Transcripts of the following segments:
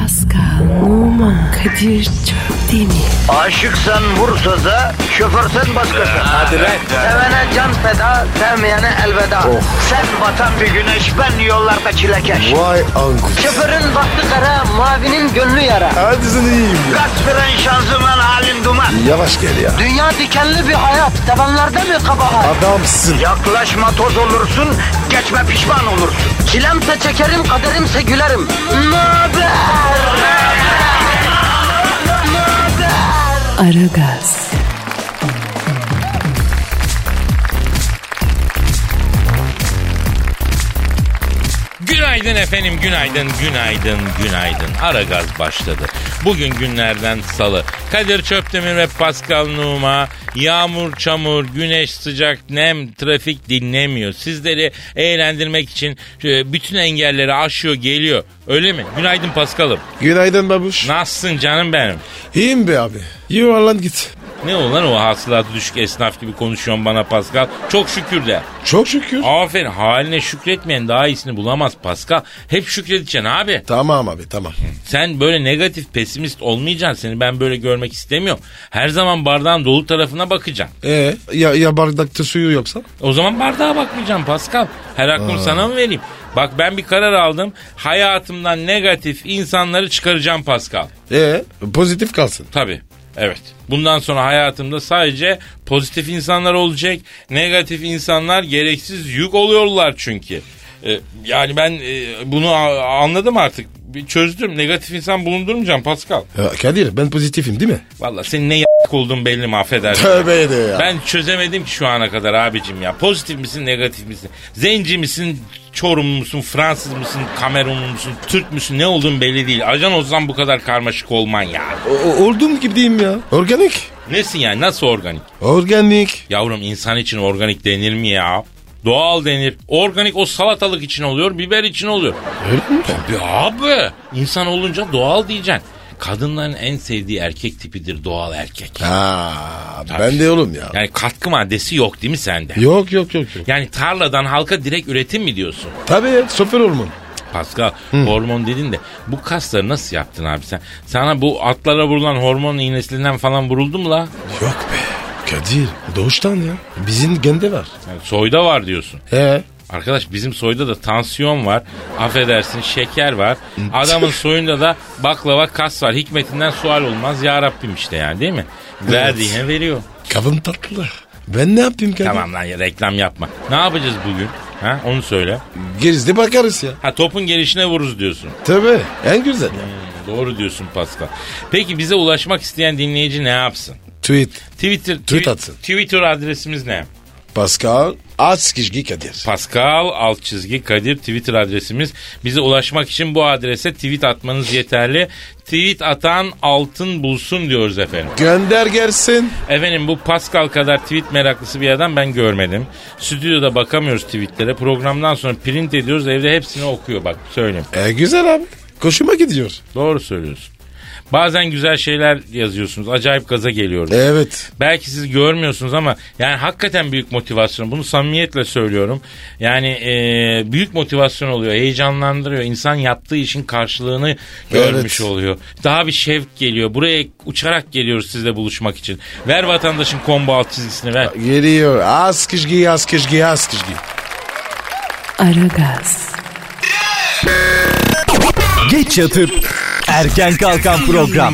Pascal, Oman, Kadir çok değil mi? Aşıksan vursa da, şoförsen başkasın. Hadi lan. Sevene can feda, sevmeyene elveda. Sen batan bir güneş, ben yollarda çilekeş. Vay anku. Şoförün baktı kara, mavinin gönlü yara. Hadi sen iyiyim ya. Kasperen şanzıman halin duman. Yavaş gel ya. Dünya dikenli bir hayat, sevenlerde mi kabahar? Adamsın. Yaklaşma toz olursun, geçme pişman olursun. Çilemse çekerim, kaderimse gülerim. Möber! Aragaz. Günaydın efendim, günaydın. Aragaz başladı. Bugün günlerden salı. Kadir Çöptemir ve Pascal Numa. Yağmur, çamur, güneş, sıcak, nem, trafik dinlemiyor. Sizleri eğlendirmek için bütün engelleri aşıyor, geliyor. Öyle mi? Günaydın Pascal'ım. Günaydın babuş. Nasılsın canım benim? İyiyim be abi. Yuvarlan git. Ne olan o hasılatı düşük esnaf gibi konuşuyorsun bana Pascal. Çok şükür de. Çok şükür. Aferin, haline şükretmeyen daha iyisini bulamaz Pascal. Hep şükredeceksin abi. Tamam abi tamam. Sen böyle negatif, pesimist olmayacaksın. Seni ben böyle görmek istemiyorum. Her zaman bardağın dolu tarafına bakacaksın. Ya bardakta suyu yoksa? O zaman bardağa bakmayacaksın Pascal. Her aklım sana mı vereyim? Bak ben bir karar aldım. Hayatımdan negatif insanları çıkaracağım Pascal. Pozitif kalsın. Tabii. Evet. Bundan sonra hayatımda sadece pozitif insanlar olacak. Negatif insanlar gereksiz yük oluyorlar çünkü. Yani ben bunu anladım artık. Çözdüm. Negatif insan bulundurmayacağım Pascal. Kadir ben pozitifim değil mi? Vallahi senin ne olduğun belli mi, affedersin. Tövbe de ya. Ben çözemedim ki şu ana kadar abicim ya. Pozitif misin, negatif misin? Zenci misin, Çorumlu musun, Fransız mısın, Kamerunlu musun, Türk müsün, ne olduğun belli değil. Ajan olsan bu kadar karmaşık olman ya. Olduğum gibi diyeyim ya. Organik. Nesin yani, nasıl organik? Organik. Yavrum insan için organik denir mi ya? Doğal denir. Organik o salatalık için oluyor, biber için oluyor. Öyle mi? Tabii abi. İnsan olunca doğal diyeceksin. Kadınların en sevdiği erkek tipidir doğal erkek. Ben de oğlum ya. Yani katkı maddesi yok değil mi sende? Yok. Yani tarladan halka direkt üretim mi diyorsun? Tabii sıfır hormon. Pascal hormon dedin de bu kasları nasıl yaptın abi sen? Sana bu atlara vurulan hormon iğnesinden falan vuruldu mu la? Yok be. Kadir doğuştan ya. Bizim gende var. Yani soyda var diyorsun. Arkadaş bizim soyda da tansiyon var. Affedersin şeker var. Adamın soyunda da baklava kas var. Hikmetinden sual olmaz. Ya Rabbim işte yani değil mi? Evet. Verdiğine veriyor. Kavun tatlı. Ben ne yapayım Kadir? Tamam lan ya, reklam yapma. Ne yapacağız bugün? Ha, onu söyle. Gerisine bakarız ya. Ha, topun gelişine vururuz diyorsun. Tabii en güzel ya. Doğru diyorsun Pascal. Peki bize ulaşmak isteyen dinleyici ne yapsın? Tweet atsın. Twitter adresimiz ne? Pascal _ Kadir. Pascal _ Twitter adresimiz. Bize ulaşmak için bu adrese tweet atmanız yeterli. Tweet atan altın bulsun diyoruz efendim. Gönder gelsin. Efendim bu Pascal kadar tweet meraklısı bir adam ben görmedim. Stüdyoda bakamıyoruz tweetlere. Programdan sonra print ediyoruz, evde hepsini okuyor, bak söyleyeyim. Güzel abi. Koşuma gidiyor. Doğru söylüyorsun. Bazen güzel şeyler yazıyorsunuz. Acayip gaza geliyoruz. Evet. Belki siz görmüyorsunuz ama yani hakikaten büyük motivasyon. Bunu samimiyetle söylüyorum. Yani büyük motivasyon oluyor. Heyecanlandırıyor. İnsan yaptığı işin karşılığını görmüş oluyor. Daha bir şevk geliyor. Buraya uçarak geliyoruz sizle buluşmak için. Ver vatandaşın combo alt çizgisini ver. Geliyor. Az kışgı. Aragaz. Geç yatıp erken kalkan program.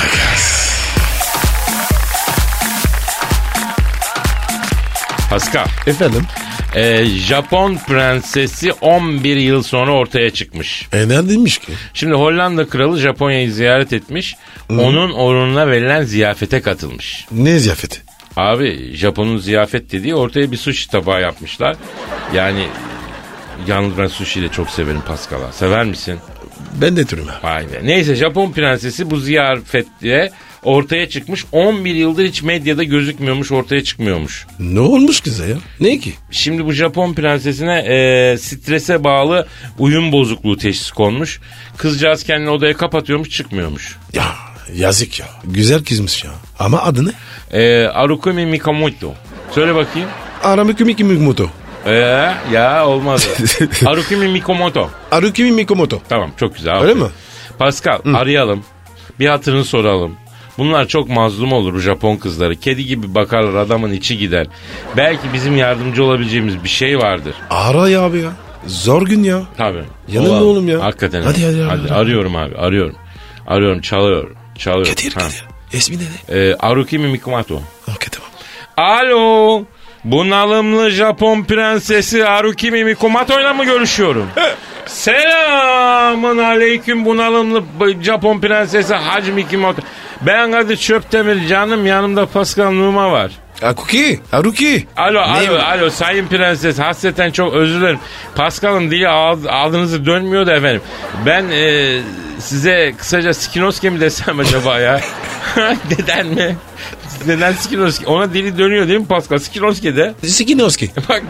Pascal. Efendim? Japon prensesi 11 yıl sonra ortaya çıkmış. Neredeymiş ki? Şimdi Hollanda kralı Japonya'yı ziyaret etmiş. Onun onuruna verilen ziyafete katılmış. Ne ziyafeti? Abi Japon'un ziyafet dediği, ortaya bir sushi tabağı yapmışlar. Yani yalnız ben sushi'yi de çok severim Pascal'a. Sever misin? Ben de türüm. Vay be. Neyse Japon prensesi bu ziyafette ortaya çıkmış. 11 yıldır hiç medyada gözükmüyormuş, ortaya çıkmıyormuş. Ne olmuş kıza ya? Ne ki? Şimdi bu Japon prensesine strese bağlı uyum bozukluğu teşhisi konmuş. Kızcağız kendini odaya kapatıyormuş, çıkmıyormuş. Ya yazık ya. Güzel kızmış ya. Ama adı ne? Arukumi Mikamoto. Söyle bakayım. Arukumi Mikamoto. Ya olmadı. Arukumi Mikamoto. Arukimi Mikamoto. Tamam, çok güzel. Öyle mi? Pascal arayalım. Bir hatırını soralım. Bunlar çok mazlum olur bu Japon kızları. Kedi gibi bakarlar, adamın içi gider. Belki bizim yardımcı olabileceğimiz bir şey vardır. Ara ya abi ya. Zor gün ya. Tabii. Yanında oğlum ya. Hakikaten. Hadi. Arıyorum abi, arıyorum. Çalıyor. Kadir. İsmi ne? Haruki Mimikumato. Okey tamam. Alo. Bunalımlı Japon prensesi Haruki Mimikumato ile mi görüşüyorum? Selamın aleyküm bunalımlı Japon prensesi Hacı Mikimoto. Ben Kadir Çöptemir canım, yanımda Pascal Numa var. Haruki. Alo sayın prenses, hasreten çok özür dilerim. Pascal'ın dili ağzınızı dönmüyor da efendim. Ben size kısaca Skinoski mi desem acaba ya? Neden mi? Neden Skinoski? Ona dili dönüyor değil mi Pascal? Skinoski de. Skinoski. Bak.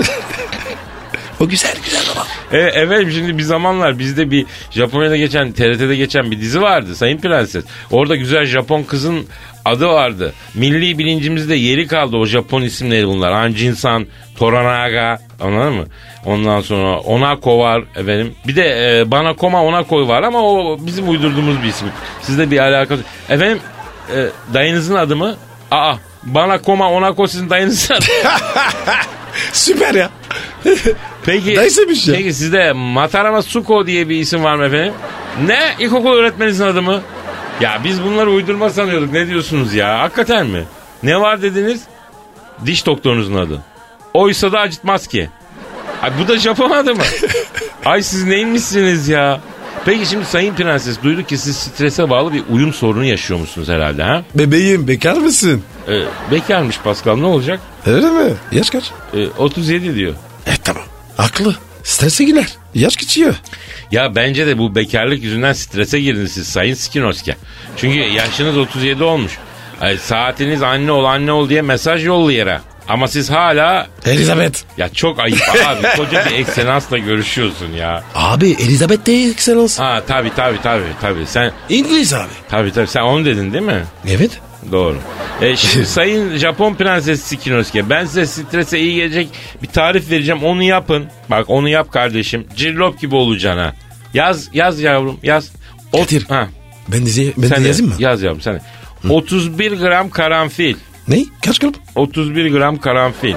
O güzel baba. Efendim şimdi bir zamanlar bizde bir Japonya'da geçen, TRT'de geçen bir dizi vardı Sayın Prenses. Orada güzel Japon kızın adı vardı. Milli bilincimizde yeri kaldı o Japon isimleri bunlar. Anjin-san, Toranaga, anladın mı? Ondan sonra Onako var efendim. Bir de Banakoma Onako var ama o bizim uydurduğumuz bir isim. Sizde bir alakası. Efendim dayınızın adı mı? Banakoma Onako sizin dayınızın adı. Süper ya. Peki, Dayısıymış ya. peki sizde Matarama Suko diye bir isim var mı efendim? Ne? İlkokul öğretmeninizin adı mı? Ya biz bunları uydurma sanıyorduk. Ne diyorsunuz ya? Hakikaten mi? Ne var dediniz? Diş doktorunuzun adı. Oysa da acıtmaz ki. Ay bu da Japon adı mı? Ay siz neymişsiniz ya? Peki şimdi Sayın Prenses, duyduk ki siz strese bağlı bir uyum sorunu yaşıyormuşsunuz herhalde ha? Bebeğim bekar mısın? Bekarmış Pascal, ne olacak? Öyle mi? Yaş kaç? 37 diyor. Tamam. Haklı. Strese girer. Yaş geçiyor. Ya bence de bu bekarlık yüzünden strese girdiniz siz Sayın Skinoski. Çünkü yaşınız 37 olmuş. Ay, saatiniz anne ol diye mesaj yollu yere. Ama siz hala... Elizabeth. Ya çok ayıp abi. Koca bir ekselansla görüşüyorsun ya. Abi Elizabeth de ekselans. Ha tabii. Sen... İngiliz abi. Tabii sen onu dedin değil mi? Evet. Doğru. Şimdi Sayın Japon Prensesi Skinoski, ben size strese iyi gelecek bir tarif vereceğim. Onu yapın. Bak onu yap kardeşim. Cirlop gibi olacaksın ha. Yaz yavrum yaz. Kadir. Ben de yazayım mı? Yaz yavrum sen de. 31 gram karanfil. Ne? Kaç gram? 31 gram karanfil.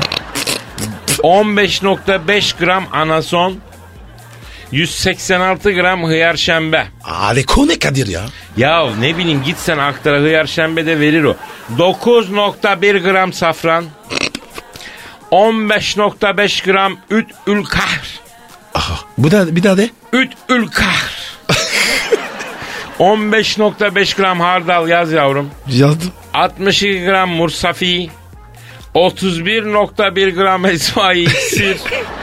15.5 gram anason. 186 gram hıyar şembe. Aleko ne Kadir ya? Ya ne bileyim, git sen aktara, hıyar şembe de verir o. 9.1 gram safran. 15.5 gram üt ül kahr. Aha. Bu da bir daha de. Üt ül kahr. 15.5 gram hardal, yaz yavrum. Yazdım. 62 gram mursafi. 31.1 gram esvai iksir.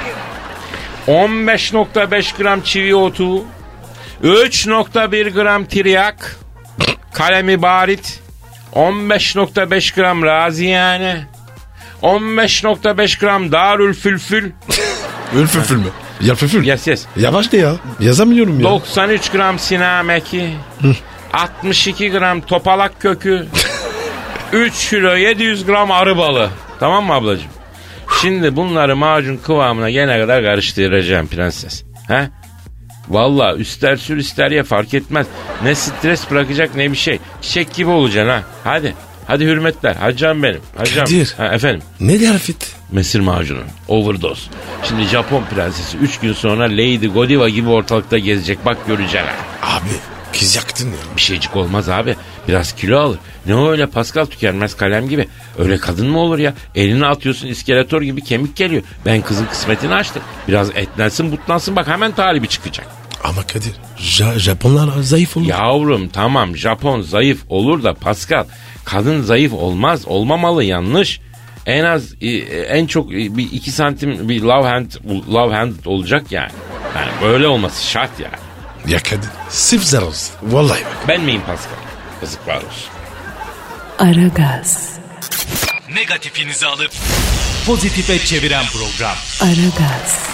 15.5 gram çivi otu. 3.1 gram tiryak. Kalemi barit. 15.5 gram raziyane. 15.5 gram darül fülfül. Ülfülfül mü? Ya fülfül. Yes. Yavaş de ya. Yazamıyorum ya. 93 gram sinameki. 62 gram topalak kökü. 3 kilo 700 gram arı balı. Tamam mı ablacığım? Şimdi bunları macun kıvamına gelene kadar karıştıracağım prenses. He? Valla ister sür ister ye, fark etmez. Ne stres bırakacak ne bir şey. Çiçek gibi olacaksın ha. Hadi hürmetler. Hacam benim. Hacam. Kadir. Efendim. Ne derfit? Mesir macunu. Overdose. Şimdi Japon prensesi 3 gün sonra Lady Godiva gibi ortalıkta gezecek. Bak göreceksin ha. Abi kız yaktın ya. Bir şeycik olmaz abi. Biraz kilo alır. Ne o öyle Pascal, tükenmez kalem gibi. Öyle kadın mı olur ya? Elini atıyorsun, iskeletor gibi kemik geliyor. Ben kızın kısmetini açtım. Biraz etlensin butlansın, bak hemen talibi çıkacak. Ama Kadir Japonlar zayıf olur. Yavrum tamam, Japon zayıf olur da Pascal, kadın zayıf olmaz, olmamalı, yanlış. En çok bir 2 santim bir love hand olacak yani. Yani böyle olması şart yani. Ya Kadir sırf zararız. Vallahi bak. Ben miyim Pascal? Yazıklar olsun. Aragaz. Negatifinizi alıp pozitife çeviren program. Aragaz.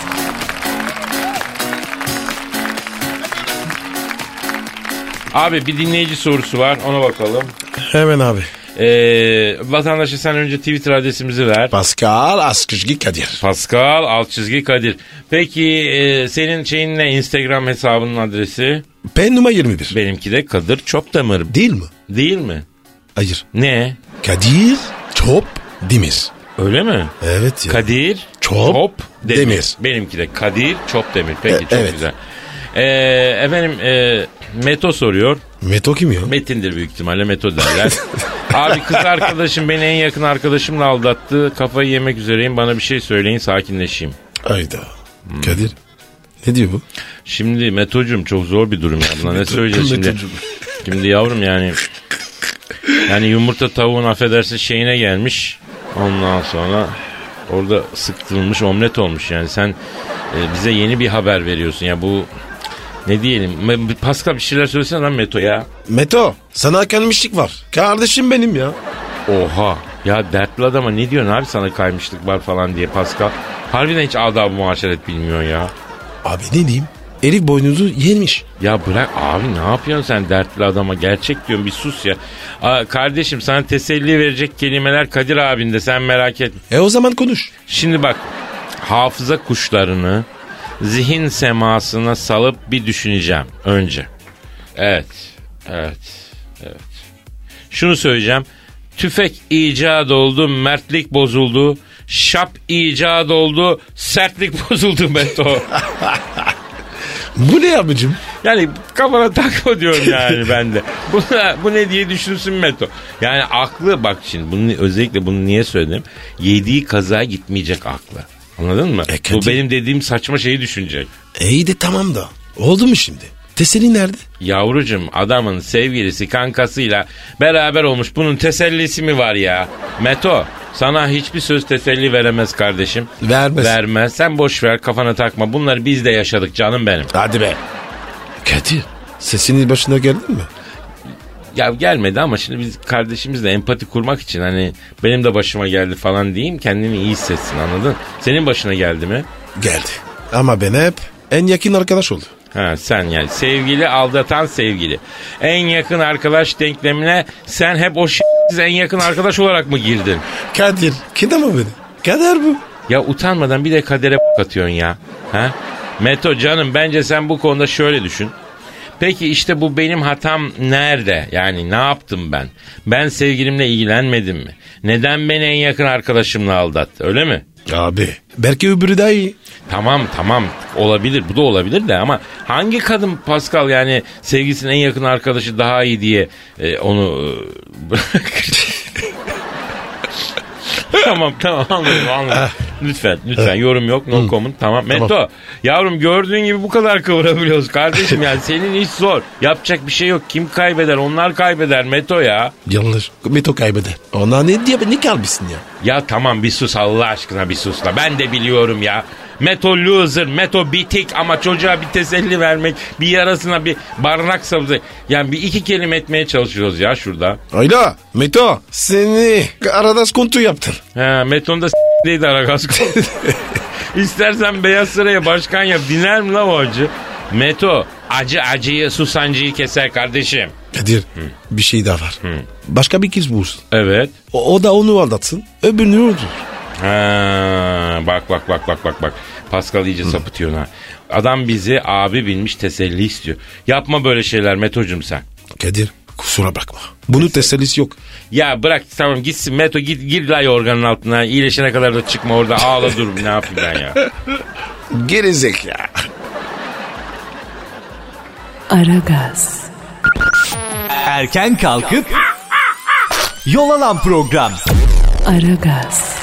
Abi bir dinleyici sorusu var, ona bakalım. Hemen abi. Vatandaşa sen önce Twitter adresimizi ver. Pascal Askışgi Kadir. Pascal _Kadir. Peki senin şeyin ne? Instagram hesabının adresi? Pen numara 21. Benimki de Kadir Çopdemir. Değil mi? Değil mi? Hayır. Ne? Kadir Çopdemir. Öyle mi? Evet ya. Kadir Çopdemir. Benimki de Kadir Çopdemir. Peki çok evet. güzel. Efendim Meto soruyor. Meto kim ya? Metindir büyük ihtimalle, Meto derler. Abi kız arkadaşım beni en yakın arkadaşımla aldattı. Kafayı yemek üzereyim, bana bir şey söyleyin sakinleşeyim. Hayda. Kadir ne diyor bu? Şimdi Meto'cum çok zor bir durum ya. Buna ne söyleyeceğiz şimdi? Şimdi yavrum yani yumurta tavuğun affedersin şeyine gelmiş. Ondan sonra orada sıktırılmış omlet olmuş yani. Sen bize yeni bir haber veriyorsun ya, bu ne diyelim. Pascal bir şeyler söylesene lan Meto ya. Meto sana kaymışlık var. Kardeşim benim ya. Oha ya, dertli adama ne diyorsun abi, sana kaymışlık var falan diye Pascal. Harbiden hiç adab-ı muaşeret bilmiyor ya. Abi ne diyeyim? Elif boynuzu yemiş. Ya bırak abi, ne yapıyorsun sen dertli adama, gerçek diyorum, bir sus ya. Kardeşim sana teselli verecek kelimeler Kadir abinde, sen merak etme. O zaman konuş. Şimdi bak, hafıza kuşlarını zihin semasına salıp bir düşüneceğim önce. Evet. Şunu söyleyeceğim. Tüfek icat oldu, mertlik bozuldu. Şap icat oldu, sertlik bozuldu Meto. Bu ne abicim? Yani kafana takma diyorum yani ben de. Bu ne diye düşünsün Meto. Yani aklı bak şimdi, özellikle bunu niye söyledim? Yediği kaza gitmeyecek aklı. Anladın mı? Bu benim dediğim saçma şeyi düşünecek. İyi de tamam da. Oldu mu şimdi? Teselli nerede? Yavrucum, adamın sevgilisi kankasıyla beraber olmuş. Bunun tesellisi mi var ya? Meto, sana hiçbir söz teselli veremez kardeşim. Vermez. Sen boş ver, kafana takma. Bunları biz de yaşadık canım benim. Hadi be. Kadir, sesinin başına geldin mi? Ya gelmedi ama şimdi biz kardeşimizle empati kurmak için hani benim de başıma geldi falan diyeyim, kendini iyi hissetsin, anladın? Senin başına geldi mi? Geldi. Ama ben hep en yakın arkadaş oldu. Ha, sen yani sevgili aldatan sevgili. En yakın arkadaş denklemine sen hep o en yakın arkadaş olarak mı girdin? Kadir, kıdama beni. Kader bu. Ya utanmadan bir de kadere atıyorsun ya. Ha? Meto canım, bence sen bu konuda şöyle düşün. Peki işte bu benim hatam nerede? Yani ne yaptım ben? Ben sevgilimle ilgilenmedim mi? Neden beni en yakın arkadaşımla aldattı, öyle mi? Abi belki öbürü daha iyi. Tamam olabilir, bu da olabilir de ama hangi kadın Pascal yani sevgilisinin en yakın arkadaşı daha iyi diye onu tamam anladım. Lütfen yorum yok, no comment, tamam. Meto yavrum, gördüğün gibi bu kadar kıvırabiliyoruz kardeşim, yani senin iş zor, yapacak bir şey yok. Kim kaybeder? Onlar kaybeder Meto ya. Yanlış, Meto kaybeder. Ona ne kalmışsın ya? Ya tamam bir sus Allah aşkına, bir sus da, ben de biliyorum ya. Meto loser, Meto bitik, ama çocuğa bir teselli vermek, bir yarasına bir barınak sabzı. Yani bir iki kelime etmeye çalışıyoruz ya şurada. Hayla Meto, seni aradas kontu yaptın. Meto'nun da s***deydi Aragaz kontu. İstersen Beyaz Saray'a başkan yap, dinler mi la o acı? Meto, acıyı susancıyı keser kardeşim. Kadir, bir şey daha var. Başka bir kız bulsun. Evet. O da onu aldatsın, öbürünü öldür. Bak. Pascal iyice sapıtıyor ha. Adam bizi abi bilmiş teselli istiyor. Yapma böyle şeyler Meto'cum sen. Kadir, kusura bakma. Bunun tesellisi yok. Ya bırak tamam gitsin Meto, gir la yorganın altına. İyileşene kadar da çıkma orada, ağla dur, ne yapayım ben ya. Gerizek ya. Aragaz. Erken kalkıp yol alan program. Aragaz.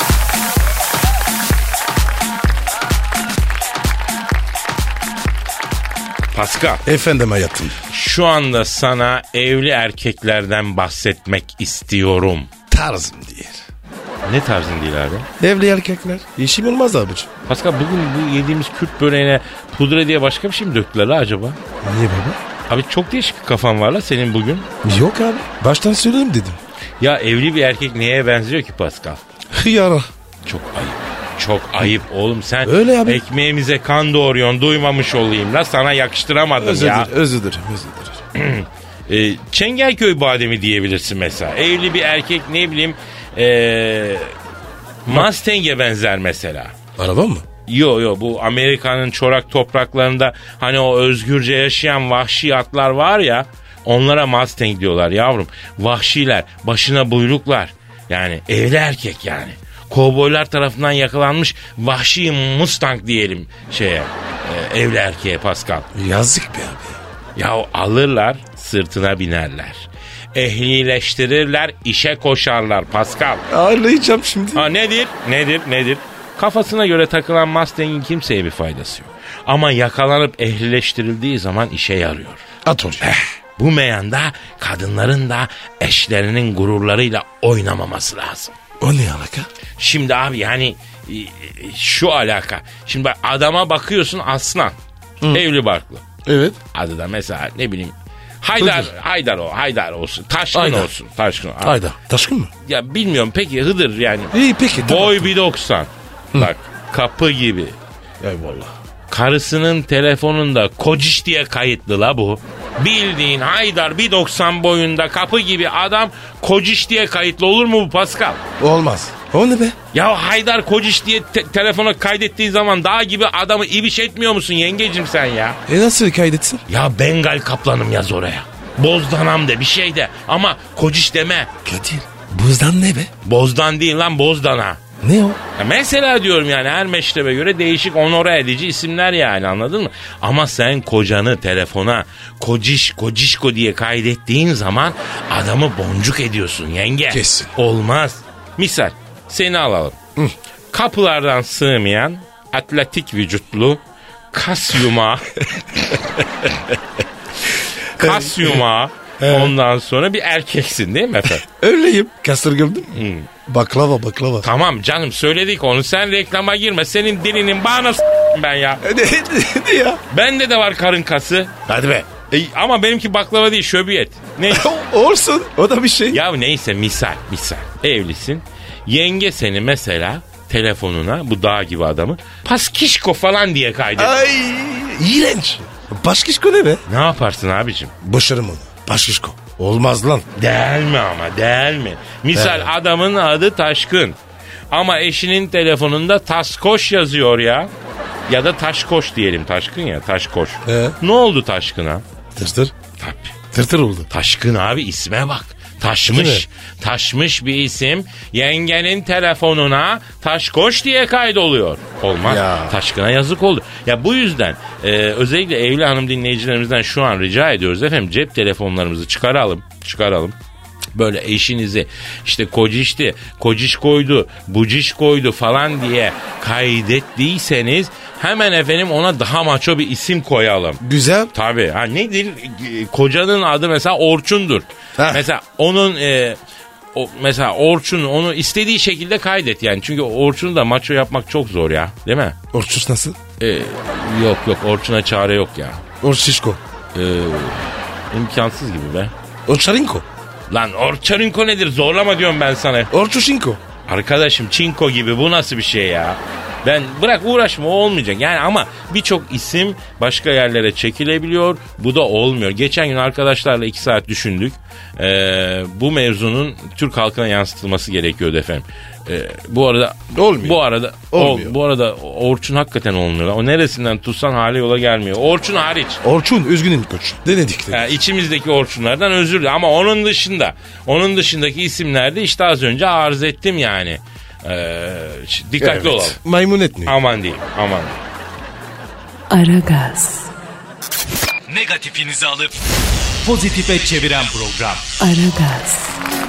Pascal. Efendim hayatım. Şu anda sana evli erkeklerden bahsetmek istiyorum. Tarzım değil. Ne tarzın değil abi? Evli erkekler. İşim olmaz abicim. Pascal, bugün bu yediğimiz Kürt böreğine pudra diye başka bir şey mi döktüler la acaba? Niye baba? Abi çok değişik bir kafan var la senin bugün. Yok abi. Baştan söyledim dedim. Ya evli bir erkek neye benziyor ki Pascal? Yara. Çok ayıp. Çok ayıp oğlum, sen öyle abi. Ekmeğimize kan doğuruyorsun, duymamış olayım la, sana yakıştıramadım Özür ya. dilerim. Çengelköy bademi diyebilirsin mesela. Evli bir erkek ne bileyim Mustang'e benzer mesela. Araba mı? Yo bu Amerika'nın çorak topraklarında hani o özgürce yaşayan vahşi atlar var ya, onlara Mustang diyorlar yavrum. Vahşiler, başına buyruklar. Yani evli erkek yani. Kovboylar tarafından yakalanmış vahşi Mustang diyelim evli erkeğe Pascal. Yazık be abi. Ya alırlar, sırtına binerler. Ehlileştirirler, işe koşarlar Pascal. Ağırlayacağım şimdi. Ha nedir? Kafasına göre takılan Mustang'in kimseye bir faydası yok. Ama yakalanıp ehlileştirildiği zaman işe yarıyor. At oraya. Bu meyanda kadınların da eşlerinin gururlarıyla oynamaması lazım. O ne alaka? Şimdi abi yani şu alaka. Şimdi bak, adama bakıyorsun aslan. Evli barklı. Evet. Adı da mesela ne bileyim Haydar olsun. Taşkın Haydar. olsun. Taşkın. Hayda. Taşkın mı? Ya bilmiyorum peki Hıdır yani. İyi peki. Boy 1.90. Bak kapı gibi. Eyvallah. Karısının telefonunda Kociş diye kayıtlı la bu. Bildiğin Haydar 1.90 boyunda kapı gibi adam Kociş diye kayıtlı olur mu bu Pascal? Olmaz. O ne be? Ya Haydar Kociş diye telefona kaydettiği zaman dağ gibi adamı ibiş etmiyor musun yengecim sen ya? Nasıl kaydetsin? Ya Bengal kaplanım yaz oraya. Bozdanam de bir şey de ama Kociş deme. Kadir. Buzdan ne be? Bozdan değil lan Bozdana. Ne o? Ya mesela diyorum yani her meşrebe göre değişik onore edici isimler yani, anladın mı? Ama sen kocanı telefona Kocişko diye kaydettiğin zaman adamı boncuk ediyorsun yenge. Kesin. Olmaz. Misal seni alalım. Kapılardan sığmayan atletik vücutlu kas yumağı ondan sonra bir erkeksin değil mi efendim? Öyleyim. Kastırgıldım. Baklava. Tamam canım söyledik onu, sen reklama girme, senin dilinin bağına ben ya. Ne ya? Bende de var karın kası. Hadi be. Ama benimki baklava değil şöbiyet. Ne? Olsun. O da bir şey. Ya neyse misal. Evlisin. Yenge seni mesela telefonuna bu dağ gibi adamı Paskişko falan diye kaydediyor. Ay iğrenç. Başkişko ne be? Ne yaparsın abicim? Boşarım onu. Başkişko. Olmaz lan. Değil mi? Misal adamın adı Taşkın. Ama eşinin telefonunda Taskoş yazıyor ya. Ya da Taşkoş diyelim, Taşkın ya, Taşkoş. Ne oldu Taşkın'a? Tırtır. Tabii. Tırtır oldu. Taşkın abi, isme bak. Değil Taşmış bir isim yengenin telefonuna Taşkoş diye kaydoluyor. Olmaz. Ya. Taşkına yazık oldu. Ya bu yüzden özellikle evli hanım dinleyicilerimizden şu an rica ediyoruz efendim, cep telefonlarımızı çıkaralım. Böyle eşinizi işte Kociş koydu, Buciş koydu falan diye kaydettiyseniz hemen efendim ona daha maço bir isim koyalım. Güzel. Tabii. Ha nedir? Kocanın adı mesela Orçun'dur. Heh. Mesela onun mesela Orçun onu istediği şekilde kaydet yani. Çünkü Orçun'u da maço yapmak çok zor ya. Değil mi? Orçus nasıl? Yok Orçun'a çare yok ya. Orçişko. İmkansız gibi be. Orçarinko. Lan Orçarinko nedir? Zorlama diyorum ben sana. Orçuşinko. Arkadaşım Çinko gibi, bu nasıl bir şey ya? Ben bırak uğraşma, o olmayacak. Yani ama birçok isim başka yerlere çekilebiliyor. Bu da olmuyor. Geçen gün arkadaşlarla 2 saat düşündük. Bu mevzunun Türk halkına yansıtılması gerekiyordu efendim. Bu arada Olmuyor. Bu arada Orçun hakikaten olmuyor. O neresinden tutsan hali yola gelmiyor. Orçun hariç. Orçun üzgünüm koç. Denedik. İçimizdeki Orçunlardan özür dilerim ama onun dışındaki isimlerde işte az önce arz ettim yani. Dikkatli olalım. Maymun etmiyor. Aman diyeyim. Aragaz, Negatifinizi alıp pozitife çeviren program. Aragaz,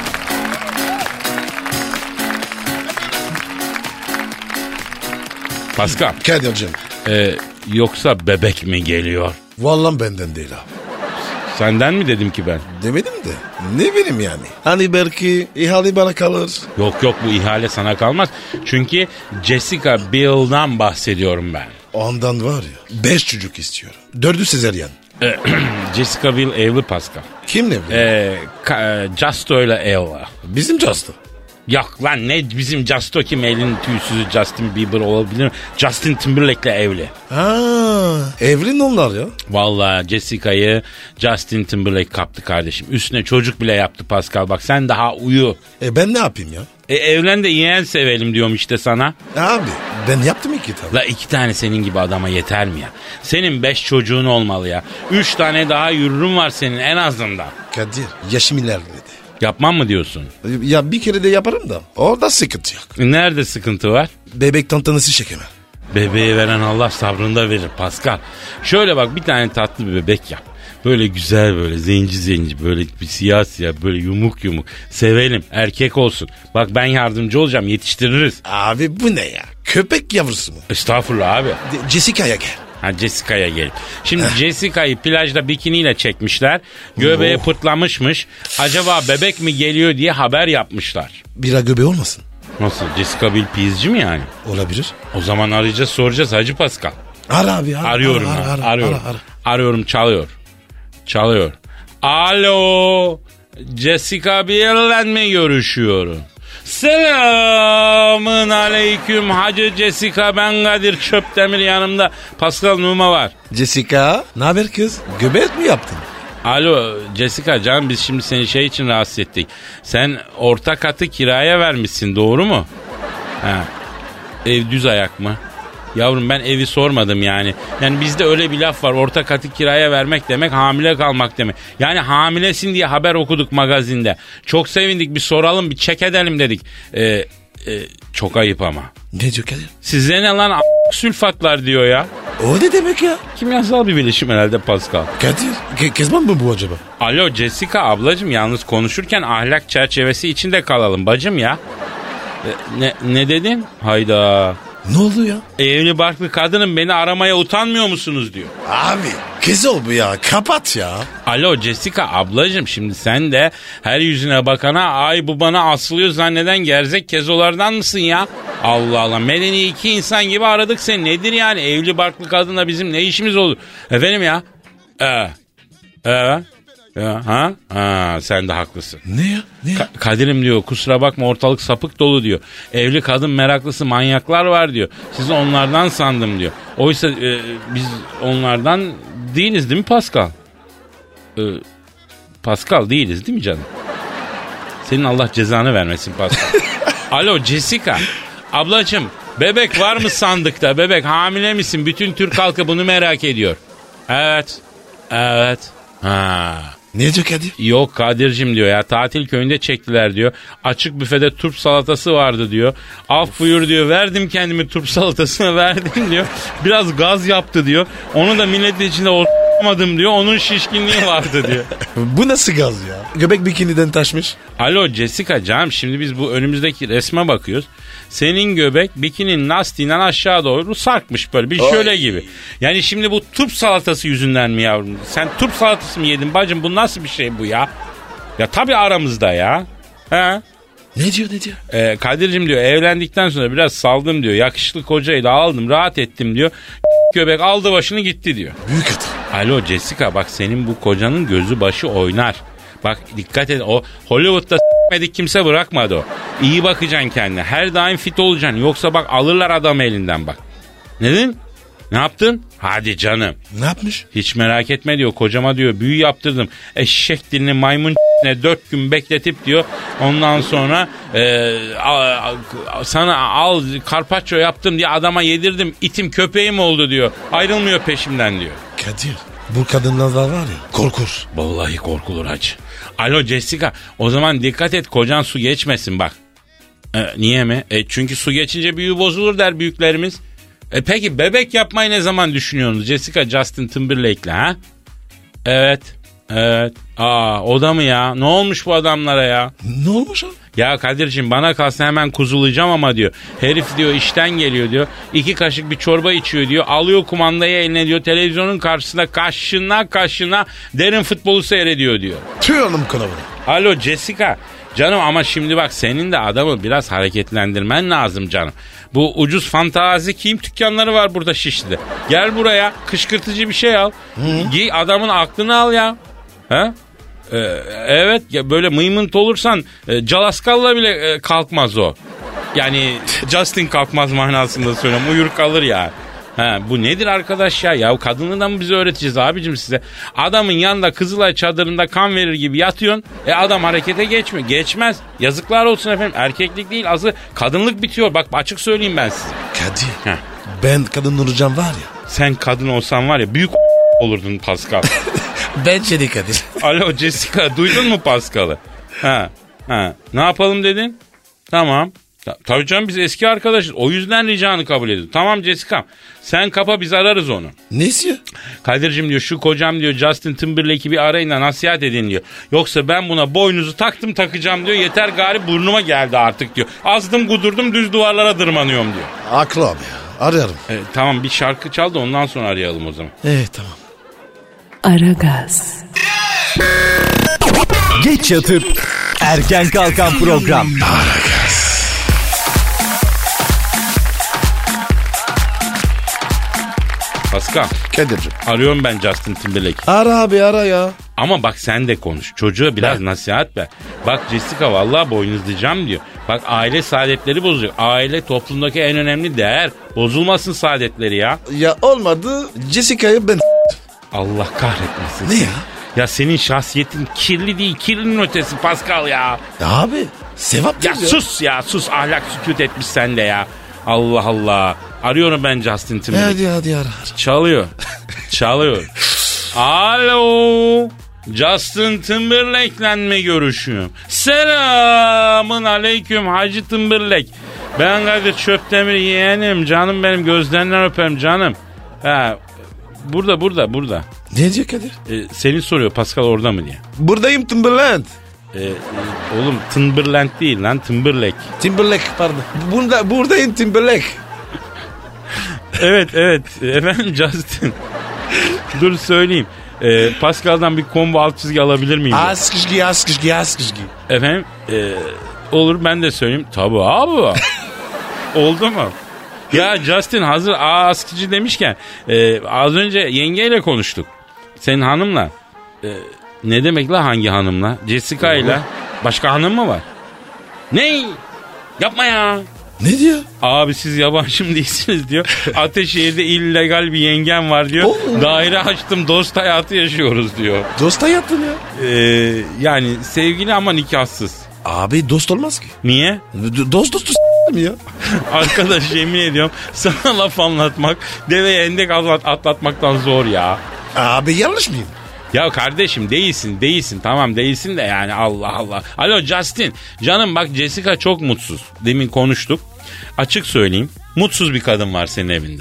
Pascal. Kadir'cim. Yoksa bebek mi geliyor? Vallahi benden değil abi. Senden mi dedim ki ben? Demedim de. Ne bileyim yani. Hani belki ihale bana kalır. Yok bu ihale sana kalmaz. Çünkü Jessica Biel'dan bahsediyorum ben. Ondan var ya 5 çocuk istiyorum. 4'ü sezeryen. Jessica Biel evli Pascal. Kimle evli? Justo ile evli. Bizim Justo. Yok lan ne bizim Justoki Mail'in tüysüzü Justin Bieber olabilir mi? Justin Timberlake'le evli. Evlen onlar ya. Vallahi Jessica'yı Justin Timberlake kaptı kardeşim. Üstüne çocuk bile yaptı Pascal. Bak sen daha uyu. Ben ne yapayım ya? Evlen de yeğen sevelim diyorum işte sana. Abi ben yaptım 2 tane. La 2 tane senin gibi adama yeter mi ya? Senin 5 çocuğun olmalı ya. 3 tane daha yürürün var senin en azından. Kadir yaşım ilerledi. Yapmam mı diyorsun? Ya bir kere de yaparım da orada sıkıntı yok. Nerede sıkıntı var? Bebek tantanası çekemem. Bebeği veren Allah sabrında verir Pascal. Şöyle bak bir tane tatlı bir bebek yap. Böyle güzel böyle zenci böyle bir siyah böyle yumuk sevelim erkek olsun. Bak ben yardımcı olacağım yetiştiririz. Abi bu ne ya? Köpek yavrusu mu? Estağfurullah abi. Jessica'ya gel. Ha Jessica'ya gelin. Şimdi Jessica'yı plajda bikiniyle çekmişler. Göbeği pırtlamışmış. Acaba bebek mi geliyor diye haber yapmışlar. Bira göbeği olmasın? Nasıl? Jessica Biel pizci mi yani? Olabilir. O zaman arayacağız soracağız Hacı Pascal. Ara abi ara. Arıyorum arıyorum. Arıyorum çalıyor. Alo. Jessica Biel'le mi görüşüyorum? Selamın aleyküm Hacı Jessica, ben Kadir Çöptemir, yanımda Pascal Numa var. Jessica ne haber kız? Göbek mi yaptın? Alo Jessica canım, biz şimdi seni şey için rahatsız ettik. Sen orta katı kiraya vermişsin, doğru mu? Ha. Ev düz ayak mı? Yavrum ben evi sormadım yani. Yani bizde öyle bir laf var, orta katı kiraya vermek demek hamile kalmak demek. Yani hamilesin diye haber okuduk magazinde. Çok sevindik, bir soralım, bir check edelim dedik. Çok ayıp ama. Ne diyor Kadir? Size ne lan sülfatlar diyor ya. O ne demek ya? Kimyasal bir bileşim herhalde Pascal. Kadir Kezban mı bu acaba? Alo Jessica ablacığım, yalnız konuşurken ahlak çerçevesi içinde kalalım bacım ya. Ne dedin? Hayda. Ne oldu ya? Evli barklı kadının beni aramaya utanmıyor musunuz diyor. Abi kız ol bu ya, kapat ya. Alo Jessica ablacığım, şimdi sen de her yüzüne bakana ay bu bana asılıyor zanneden gerzek kezolardan mısın ya? Allah Allah, medeni iki insan gibi aradık seni, nedir yani evli barklı kadınla bizim ne işimiz olur? Efendim ya? Sen de haklısın. Ne ya? Ne ya? Kadir'im diyor, kusura bakma ortalık sapık dolu diyor. Evli kadın meraklısı manyaklar var diyor. Sizi onlardan sandım diyor. Oysa biz onlardan değiliz değil mi Pascal? Pascal değiliz değil mi canım? Senin Allah cezanı vermesin Pascal. Alo Jessica. Ablacığım bebek var mı sandıkta? Bebek hamile misin? Bütün Türk halkı bunu merak ediyor. Evet. Ha. Ne diyor Kadir? Yok Kadir'cim diyor ya, tatil köyünde çektiler diyor. Açık büfede turp salatası vardı diyor. Af buyur diyor, verdim kendimi turp salatasına verdim diyor. Biraz gaz yaptı diyor. Onu da milletin içinde olmadım diyor. Onun şişkinliği vardı diyor. Bu nasıl gaz ya? Göbek bikiniden taşmış. Alo Jessica canım, şimdi biz bu önümüzdeki resme bakıyoruz. Senin göbek bikinin lastiğinden aşağı doğru sarkmış böyle bir şöyle gibi. Yani şimdi bu turp salatası yüzünden mi yavrum? Sen turp salatası mı yedin bacım? Bu nasıl bir şey bu ya? Ya tabii aramızda ya. He? Ne diyor? Kadir'cim diyor, evlendikten sonra biraz saldım diyor. Yakışıklı kocayı da aldım, rahat ettim diyor. Göbek aldı başını gitti diyor. Büyük hata. Alo Jessica bak, senin bu kocanın gözü başı oynar. Bak dikkat et, o Hollywood'da s**medik kimse bırakmadı o. İyi bakacaksın kendine, her daim fit olacaksın. Yoksa bak alırlar adamı elinden bak. Neden? Ne yaptın? Hadi canım. Ne yapmış? Hiç merak etme diyor, kocama diyor büyü yaptırdım. Eşek dilini maymun 4 gün bekletip diyor. Ondan sonra sana al karpaccio yaptım diye adama yedirdim. İtim köpeğim oldu diyor. Ayrılmıyor peşimden diyor. Kadir bu kadınlar var ya, korkur. Vallahi korkulur hacı. Alo Jessica, o zaman dikkat et kocan su geçmesin bak. Niye mi? Çünkü su geçince büyü bozulur der büyüklerimiz. Peki bebek yapmayı ne zaman düşünüyorsunuz Jessica Justin Timberlake'le ha? Evet. O da mı ya? Ne olmuş bu adamlara ya? Ne olmuş abi? Ya Kadir'cim bana kalsa hemen kuzulayacağım ama diyor. Herif diyor işten geliyor diyor. 2 kaşık bir çorba içiyor diyor. Alıyor kumandayı eline diyor. Televizyonun karşısında kaşına derin futbolu seyrediyor diyor. Tüy hanım kanavına. Alo Jessica. Canım ama şimdi bak, senin de adamı biraz hareketlendirmen lazım canım. Bu ucuz fantazi giyim dükkanları var burada Şişli'de. Gel buraya, kışkırtıcı bir şey al. Giy, adamın aklını al ya. Ha? Evet ya, böyle mıymınt olursan Calaskalla bile kalkmaz o. Yani Justin kalkmaz manasında söylüyorum. Uyur kalır ya. Ha, bu nedir arkadaş ya? Ya kadını da mı bize öğreteceğiz abicim size? Adamın yanında Kızılay çadırında kan verir gibi yatıyorsun. Adam harekete geçmiyor. Geçmez. Yazıklar olsun efendim. Erkeklik değil, azı kadınlık bitiyor. Bak açık söyleyeyim ben size. Kadir. Ben kadın olacağım var ya. Sen kadın olsan var ya büyük olurdun Pascal. Bence de Kadir. Alo Jessica, duydun mu Pascal'ı? Ha. Ne yapalım dedin? Tamam. Tabii canım, biz eski arkadaşız. O yüzden ricanı kabul ediyorum. Tamam Jessica, sen kapa, biz ararız onu. Ne istiyor? Kadir'cim diyor, şu kocam diyor Justin Timberlake'i bir arayın da nasihat edin diyor. Yoksa ben buna boynuzu takacağım diyor. Yeter gari, burnuma geldi artık diyor. Azdım kudurdum, düz duvarlara dırmanıyorum diyor. Haklı abi ya. Ararım. Tamam, bir şarkı çal da ondan sonra arayalım o zaman. Evet tamam. Aragaz, Geç yatıp erken kalkan program. Pascal, Kadir'cim. arıyorum ben Justin Timberlake'i. Ara abi ara ya. Ama bak sen de konuş. Çocuğa biraz nasihat ver. Bak Jessica vallahi boynuzlayacağım diyor. Bak aile saadetleri bozuyor. Aile toplumdaki en önemli değer. Bozulmasın saadetleri ya. Ya olmadı Jessica'yı ben... Allah kahretmesin. Ne ya? Ya senin şahsiyetin kirli değil, kirlinin ötesi Pascal ya. Ya abi sevap Ya değil sus ya, sus, ahlak sükût etmiş sende ya. Allah Allah. Arıyorum ben Justin Timberlake. Hadi ara. Çalıyor. Alo. Justin Timberlake'le mi görüşüyorum? Selamın aleyküm Hacı Timberlake. Ben Kadir Çöptemir yeğenim. Canım benim, gözlerinden öperim canım. Ha, burada. Ne diyor Kadir? Seni soruyor Pascal, orada mı diye. Buradayım Timberland. Oğlum Timberland değil lan, Timberlake. Timberlake pardon. Buradayım Timberlake. Evet efendim Justin. Dur söyleyeyim. Pascal'dan bir combo alt çizgi alabilir miyim? Az kışkı. Efendim olur, ben de söyleyeyim. Tabii abi. Oldu mu? Ya Justin, hazır askıcı demişken az önce yengeyle konuştuk. Senin hanımla. Ne demek la hangi hanımla? Jessica ile. Başka hanım mı var? Ne? Yapma ya. Ne diyor? Abi siz yabancı mı değilsiniz diyor. Ateşehir'de illegal bir yengem var diyor. Daire açtım, dost hayatı yaşıyoruz diyor. Dost hayatın ya. Yani sevgili ama nikahsız. Abi dost olmaz ki. Niye? Dost mi ya? Arkadaş yemin ediyorum sana laf anlatmak deveye endek atlatmaktan zor ya. Abi yanlış mıyım? Ya kardeşim değilsin tamam, değilsin de yani Allah. Alo Justin, canım bak Jessica çok mutsuz. Demin konuştuk. Açık söyleyeyim, mutsuz bir kadın var senin evinde.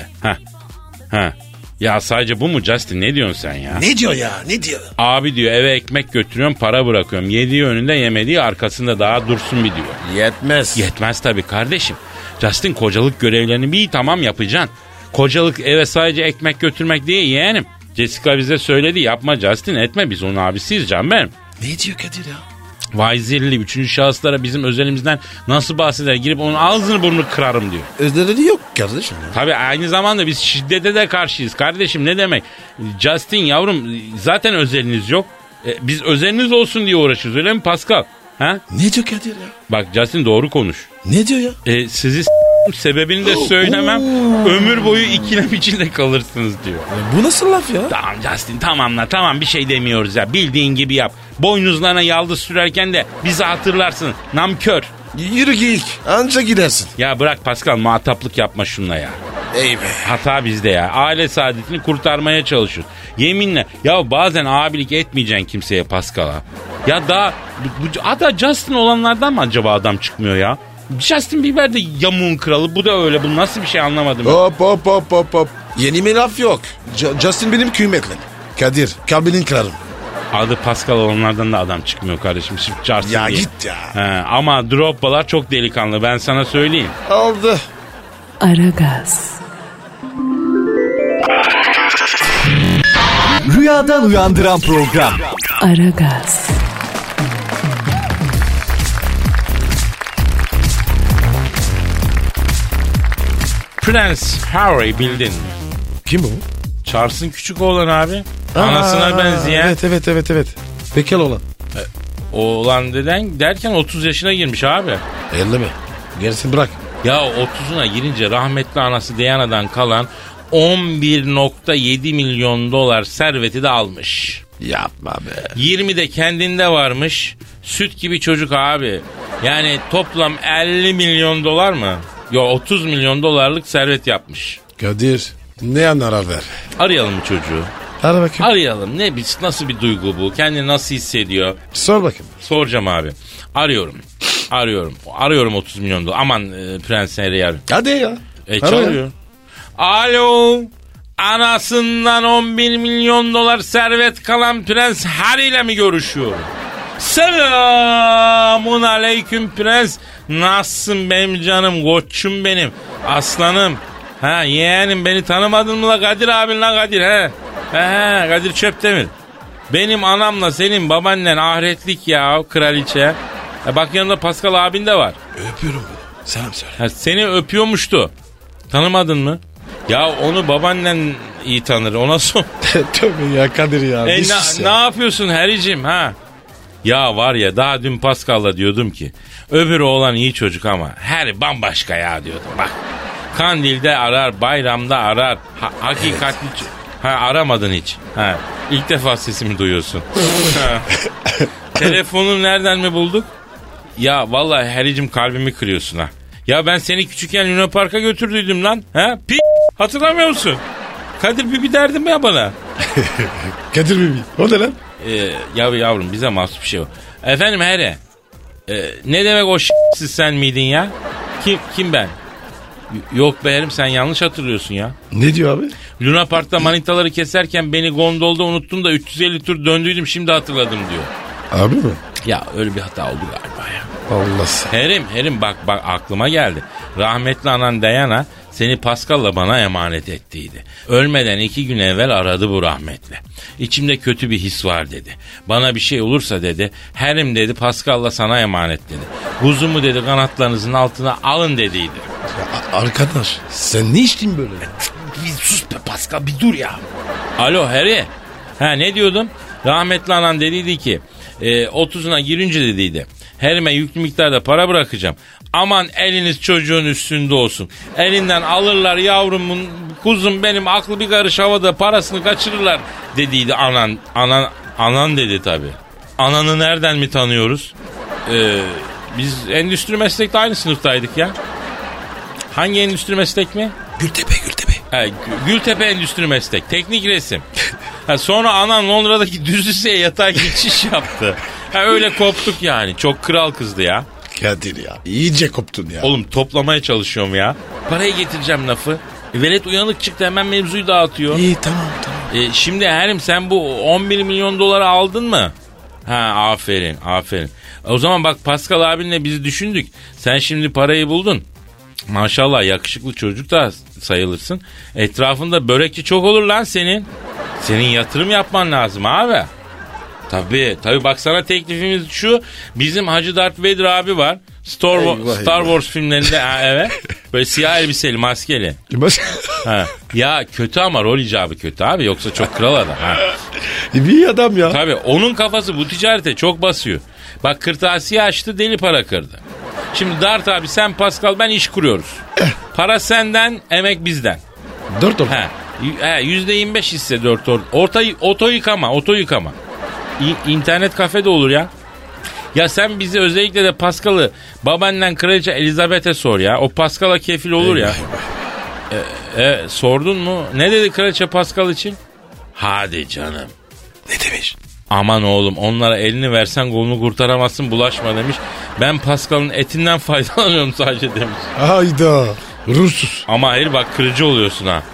Ha. Ya sadece bu mu Justin, ne diyorsun sen ya? Ne diyor ya, ne diyor? Abi diyor, eve ekmek götürüyorum, para bırakıyorum. Yediği önünde, yemediği arkasında, daha dursun bir diyor. Yetmez tabii kardeşim. Justin, kocalık görevlerini bir tamam yapacaksın. Kocalık eve sadece ekmek götürmek değil yeğenim. Jessica bize söyledi, yapma Justin, etme, biz onun abisiyiz canım benim. Ne diyor Kadir ya? Vay zilli, üçüncü şahıslara bizim özelimizden nasıl bahseder, girip onun ağzını burnunu kırarım diyor. Özelliği yok kardeşim ya. Tabii aynı zamanda biz şiddete de karşıyız kardeşim, ne demek? Justin yavrum, zaten özeliniz yok. Biz özeliniz olsun diye uğraşıyoruz, öyle mi Pascal? Ha? Ne diyor Kadir ya? Bak Justin, doğru konuş. Ne diyor ya? Sizi sebebini de söylemem. Ömür boyu ikilem içinde kalırsınız diyor. Bu nasıl laf ya? Tamam Justin, tamam bir şey demiyoruz ya. Bildiğin gibi yap. Boynuzlarına yaldız sürerken de bizi hatırlarsın. Namkör. Yürü geyik. Anca gidersin. Ya bırak Pascal, muhataplık yapma şunla ya. Ey be. Hata bizde ya. Aile saadetini kurtarmaya çalışıyoruz. Yeminle ya, bazen abilik etmeyeceksin kimseye Pascal'a. Ya da hatta Justin olanlardan mı acaba adam çıkmıyor ya? Justin Bieber de yamuğun kralı, bu da öyle. Bu nasıl bir şey, anlamadım. Hop. Yeni bir laf yok. Justin benim kıymetlim. Kadir, kalbinin kırarım. Adı Pascal olanlardan da adam çıkmıyor kardeşim. Sırf Justin Ya diye. git ya. Ama Drogba'lar çok delikanlı, ben sana söyleyeyim. Oldu. Aragaz, Rüyadan uyandıran program. Aragaz, Prince Harry bildin mi? Kim o? Charles'ın küçük oğlan abi. Anasına benzeyen. Evet. Bekar olan. Oğlan derken 30 yaşına girmiş abi. 50 mi? Gerisini bırak. Ya 30'una girince rahmetli anası Diana'dan kalan 11,7 milyon dolar serveti de almış. Yapma be. 20 de kendinde varmış. Süt gibi çocuk abi. Yani toplam 50 milyon dolar mı? Yo 30 milyon dolarlık servet yapmış. Kadir ne an ara ver. Arayalım mı çocuğu? Ara bakayım. Arayalım. Nasıl bir duygu bu? Kendini nasıl hissediyor? Sor bakayım. Soracağım abi. Arıyorum 30 milyon dolar. Aman Prens Harry'i arıyorum. Hadi ya. Çalıyor. Alo. Anasından 11 milyon dolar servet kalan Prens Harry ile mi görüşüyorum? Selamun aleyküm Prens. Nasılsın benim canım, koçum benim, aslanım. Ha yeğenim, beni tanımadın mı la Kadir abin la Kadir he? He Kadir Çöptemir. Benim anamla senin babaannen ahiretlik ya kraliçe. Bak yanında Pascal abin de var. Öpüyorum beni. Selam söyle. Ha, seni öpüyormuştu. Tanımadın mı? Ya onu babaannen iyi tanır, ona sor. Tabii ya Kadir ya. Ne yapıyorsun Harry'cim ha? Ya var ya, daha dün Pascal'la diyordum ki öbür oğlan iyi çocuk ama Harry bambaşka ya diyordum. Bak Kandil'de arar, bayramda arar. Hakikatli aramadın hiç. Ha, ilk defa sesimi duyuyorsun. Telefonun nereden mi bulduk? Ya vallahi Harry'cim kalbimi kırıyorsun ha. Ya ben seni küçükken Luna Park'a götürdüydüm lan. Ha? Hatırlamıyor musun? Kadir bir derdim ya bana. Kadir Bibi. O ne lan? Yavrum bize mahsus bir şey o. Efendim Harry. Ne demek o siz sen miydin ya? Kim ben? Yok be Harry'm, sen yanlış hatırlıyorsun ya. Ne diyor abi? Luna Park'ta manitaları keserken beni gondolda unuttun da 350 tur döndüydüm, şimdi hatırladım diyor. Abi mi? Ya öyle bir hata oldu galiba ya. Allah sen. Harry'm bak aklıma geldi. Rahmetli anan Diana seni Pascal'la bana emanet ettiydi. Ölmeden 2 gün evvel aradı bu rahmetli. İçimde kötü bir his var dedi. Bana bir şey olursa dedi, Harry'm dedi Pascal'la sana emanet dedi. Kuzumu dedi kanatlarınızın altına alın dediydi. Ya, arkadaş sen ne içtin böyle? Bir sus be Pascal, bir dur ya. Alo Harry. Ha ne diyordum? Rahmetli anan dediydi ki 30'una girince dediydi, Harry'me yüklü miktarda para bırakacağım. Aman eliniz çocuğun üstünde olsun. Elinden alırlar yavrumun, kuzum benim, aklı bir karış havada, parasını kaçırırlar dediydi anan dedi tabi. Ananı nereden mi tanıyoruz? Biz endüstri meslekte aynı sınıftaydık ya. Hangi endüstri meslek mi? Gültepe. Gültepe endüstri meslek. Teknik resim. Sonra anan Londra'daki düz liseye yatay geçiş yaptı. Öyle koptuk yani. Çok kral kızdı ya. Kadir ya. İyice koptun ya. Oğlum toplamaya çalışıyorum ya. Parayı getireceğim lafı. Velet uyanık çıktı, hemen mevzuyu dağıtıyor. İyi tamam. Şimdi Harry'm sen bu 11 milyon doları aldın mı? Ha aferin. O zaman bak Pascal abinle bizi düşündük. Sen şimdi parayı buldun. Maşallah yakışıklı çocuk da sayılırsın. Etrafında börekçi çok olur lan senin. Senin yatırım yapman lazım abi. Tabii bak sana teklifimiz şu. Bizim Hacı Darth Vader abi var. Star Wars filmlerinde evet. Böyle siyah elbiseli, maskeli. Ya kötü ama rol icabı kötü abi. Yoksa çok kral adam. İyi adam ya. Tabii onun kafası bu ticarete çok basıyor. Bak kırtasiye açtı, deli para kırdı. Şimdi Dart abi, sen Pascal, ben iş kuruyoruz. Para senden, emek bizden. 4 oldu. %25 hisse 4 oto yıkama. İnternet kafe de olur ya. Ya sen bizi, özellikle de Pascal'ı babaannen Kraliçe Elizabeth'e sor ya. O Pascal'a kefil olur ya. Sordun mu? Ne dedi Kraliçe Pascal için? Hadi canım. Ne demiş? Aman oğlum, onlara elini versen kolunu kurtaramazsın, bulaşma demiş. Ben Pascal'ın etinden faydalanıyorum sadece demiş. Hayda. Ruhsuz. Ama hayır bak, kırıcı oluyorsun ha.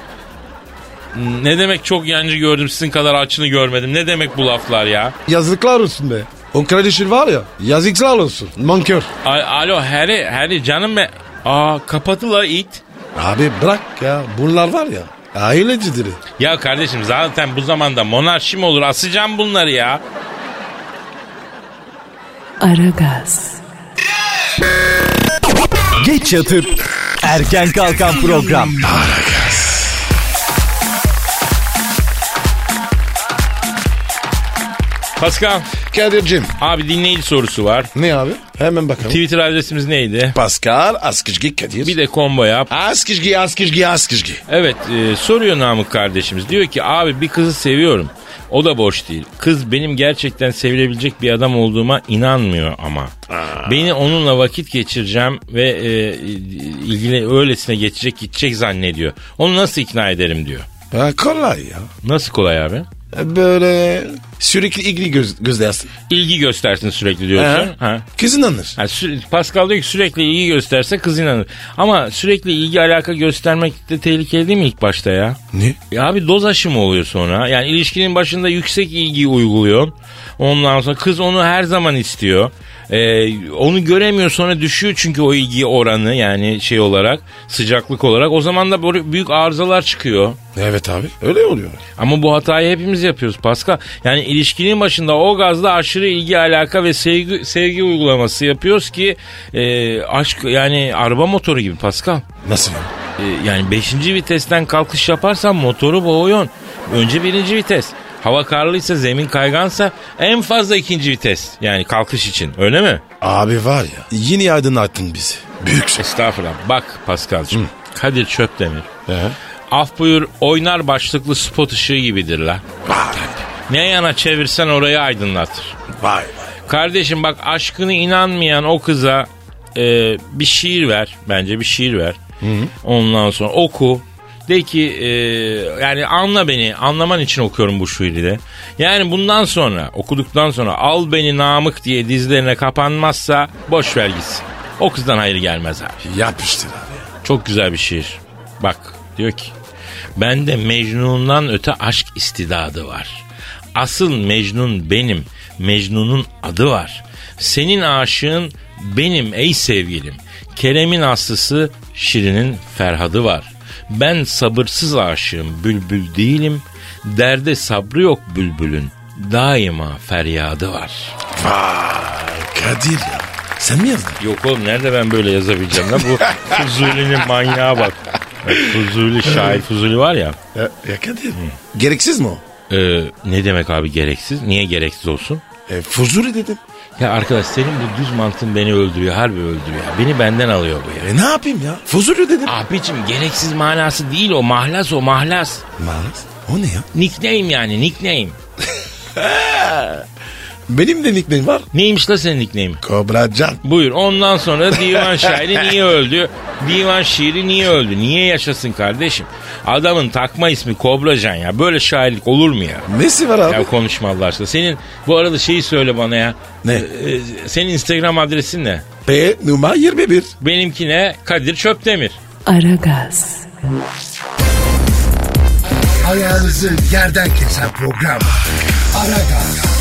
Ne demek çok yancı gördüm, sizin kadar açını görmedim. Ne demek bu laflar ya? Yazıklar olsun be. O kardeşin var ya, yazıklar olsun. Mankör. Alo Harry canım be. Kapadı la it. Abi bırak ya. Bunlar var ya, ailecidir. Ya kardeşim zaten bu zamanda monarşi mi olur? Asacağım bunları ya. Aragaz. Geç yatıp erken kalkan program. Aragaz. Pascal. Kadir'cim. Abi dinleyici sorusu var. Ne abi? Hemen bakalım. Twitter adresimiz neydi? Pascal Askışgi Kadir. Bir de combo yap. Askışgi. Evet soruyor Namık kardeşimiz. Diyor ki abi bir kızı seviyorum. O da boş değil. Kız benim gerçekten sevilebilecek bir adam olduğuma inanmıyor ama. Beni onunla vakit geçireceğim ve ilgili öylesine gidecek zannediyor. Onu nasıl ikna ederim diyor. Kolay ya. Nasıl kolay abi? Böyle sürekli ilgi gözlersin. İlgi göstersin sürekli diyorsun. Ha. Kız inanır. Ha, Pascal diyor ki sürekli ilgi gösterse kız inanır. Ama sürekli ilgi alaka göstermek de tehlikeli değil mi ilk başta ya? Ne? Ya abi doz aşımı oluyor sonra. Yani ilişkinin başında yüksek ilgiyi uyguluyorsun. Ondan sonra kız onu her zaman istiyor. Onu göremiyor sonra düşüyor çünkü o ilgi oranı yani şey olarak sıcaklık olarak. O zaman da büyük arızalar çıkıyor. Evet abi öyle oluyor. Ama bu hatayı hepimiz yapıyoruz Pascal. Yani ilişkinin başında o gazda aşırı ilgi alaka ve sevgi uygulaması yapıyoruz ki aşk yani araba motoru gibi Pascal. Nasıl yani? Yani 5. vitesten kalkış yaparsan motoru boğuyorsun. Önce 1. vites. Hava karlıysa zemin kaygansa en fazla 2. vites. Yani kalkış için öyle mi? Abi var ya yine aydınlattın bizi. Büyük şey. Estağfurullah. Bak Pascal'cığım. Kadir Çöpdemir. He. Af buyur oynar başlıklı spot ışığı gibidir la. Ne yana çevirsen orayı aydınlatır. Vay. Kardeşim bak aşkını inanmayan o kıza bir şiir ver. Bence bir şiir ver. Ondan sonra oku. De ki yani anla beni. Anlaman için okuyorum bu şiiri de. Yani bundan sonra okuduktan sonra al beni Namık diye dizlerine kapanmazsa boş ver gitsin. O kızdan hayır gelmez abi. Yapıştır abi. Çok güzel bir şiir. Bak diyor ki bende Mecnun'dan öte aşk istidadı var. Asıl Mecnun benim. Mecnun'un adı var. Senin aşığın benim ey sevgilim. Kerem'in aslısı Şirin'in Ferhadı var. Ben sabırsız aşığım bülbül değilim. Derde sabrı yok bülbülün. Daima feryadı var. Vay Kadir ya. Sen mi yazdın? Yok oğlum nerede ben böyle yazabileceğim lan? Bu Fuzuli'nin manyağı bak. Fuzuli şair Fuzuli var ya. Ya Kadir. Gereksiz mi o? Ne demek abi gereksiz? Niye gereksiz olsun? Fuzuli dedim. Ya arkadaş senin bu düz mantığın beni öldürüyor. Harbi öldürüyor. Beni benden alıyor bu ya. Ne yapayım ya? Fuzuli dedim. Abicim gereksiz manası değil o. Mahlas o mahlas. Mahlas? O ne ya? Nickname yani nickname. Benim de nickname var. Neymiş la senin nickname'in? Kobracan. Buyur ondan sonra divan şairi niye öldü? Divan şiiri niye öldü? Niye yaşasın kardeşim? Adamın takma ismi Kobracan ya. Böyle şairlik olur mu ya? Nesi var abi? Ya konuşma Allah aşkına. Senin bu arada şeyi söyle bana ya. Ne? Senin Instagram adresin ne? P numara 21. Benimki ne? Kadir Çöpdemir. Aragaz. Ayağınızı yerden kesen program. Aragaz.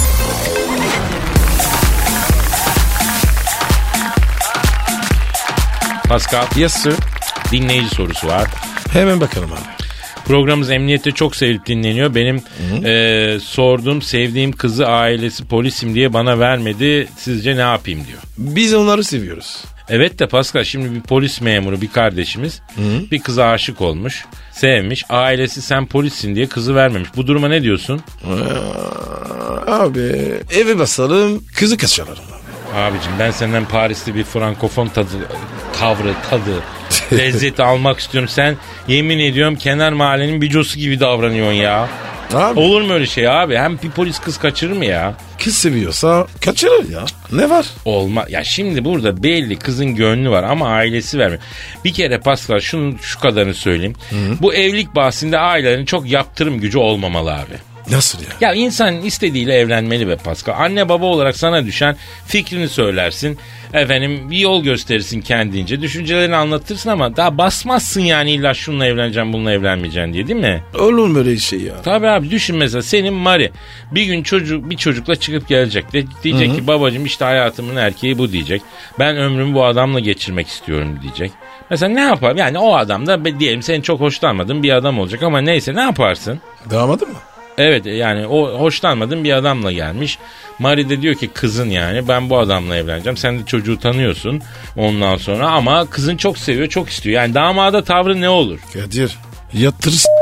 Pascal. Yes sir. Dinleyici sorusu var. Hemen bakalım abi. Programımız emniyette çok sevilip dinleniyor. Benim sorduğum sevdiğim kızı ailesi polisim diye bana vermedi. Sizce ne yapayım diyor. Biz onları seviyoruz. Evet de Pascal şimdi bir polis memuru bir kardeşimiz bir kıza aşık olmuş. Sevmiş. Ailesi sen polissin diye kızı vermemiş. Bu duruma ne diyorsun? Abi eve basalım kızı kaçıralım abi. Abicim ben senden Paris'te bir frankofon tadı, lezzeti almak istiyorum. Sen yemin ediyorum kenar mahallenin bicosu gibi davranıyorsun ya. Abi. Olur mu öyle şey abi? Hem bir polis kız kaçırır mı ya? Kız seviyorsa kaçırır ya. Ne var? Olma. Ya şimdi burada belli kızın gönlü var ama ailesi vermiyor. Bir kere Pascal şu kadarını söyleyeyim. Bu evlilik bahsinde ailelerin çok yaptırım gücü olmamalı abi. Nasıl ya? Ya insan istediğiyle evlenmeli be Pascal. Anne baba olarak sana düşen fikrini söylersin. Efendim bir yol gösterirsin kendince. Düşüncelerini anlatırsın ama daha basmazsın yani illa şununla evleneceğim bununla evlenmeyeceğim diye değil mi? Olur mu öyle şey ya? Tabii abi düşün mesela senin Mari bir gün bir çocukla çıkıp gelecek. Diyecek ki babacığım işte hayatımın erkeği bu diyecek. Ben ömrümü bu adamla geçirmek istiyorum diyecek. Mesela ne yapar? Yani o adam da diyelim senin çok hoşlanmadığın bir adam olacak ama neyse ne yaparsın? Damadın mı? Evet yani o hoşlanmadığın bir adamla gelmiş. Mari de diyor ki kızın yani ben bu adamla evleneceğim. Sen de çocuğu tanıyorsun ondan sonra ama kızın çok seviyor çok istiyor. Yani damada tavrı ne olur? Kadir yatırız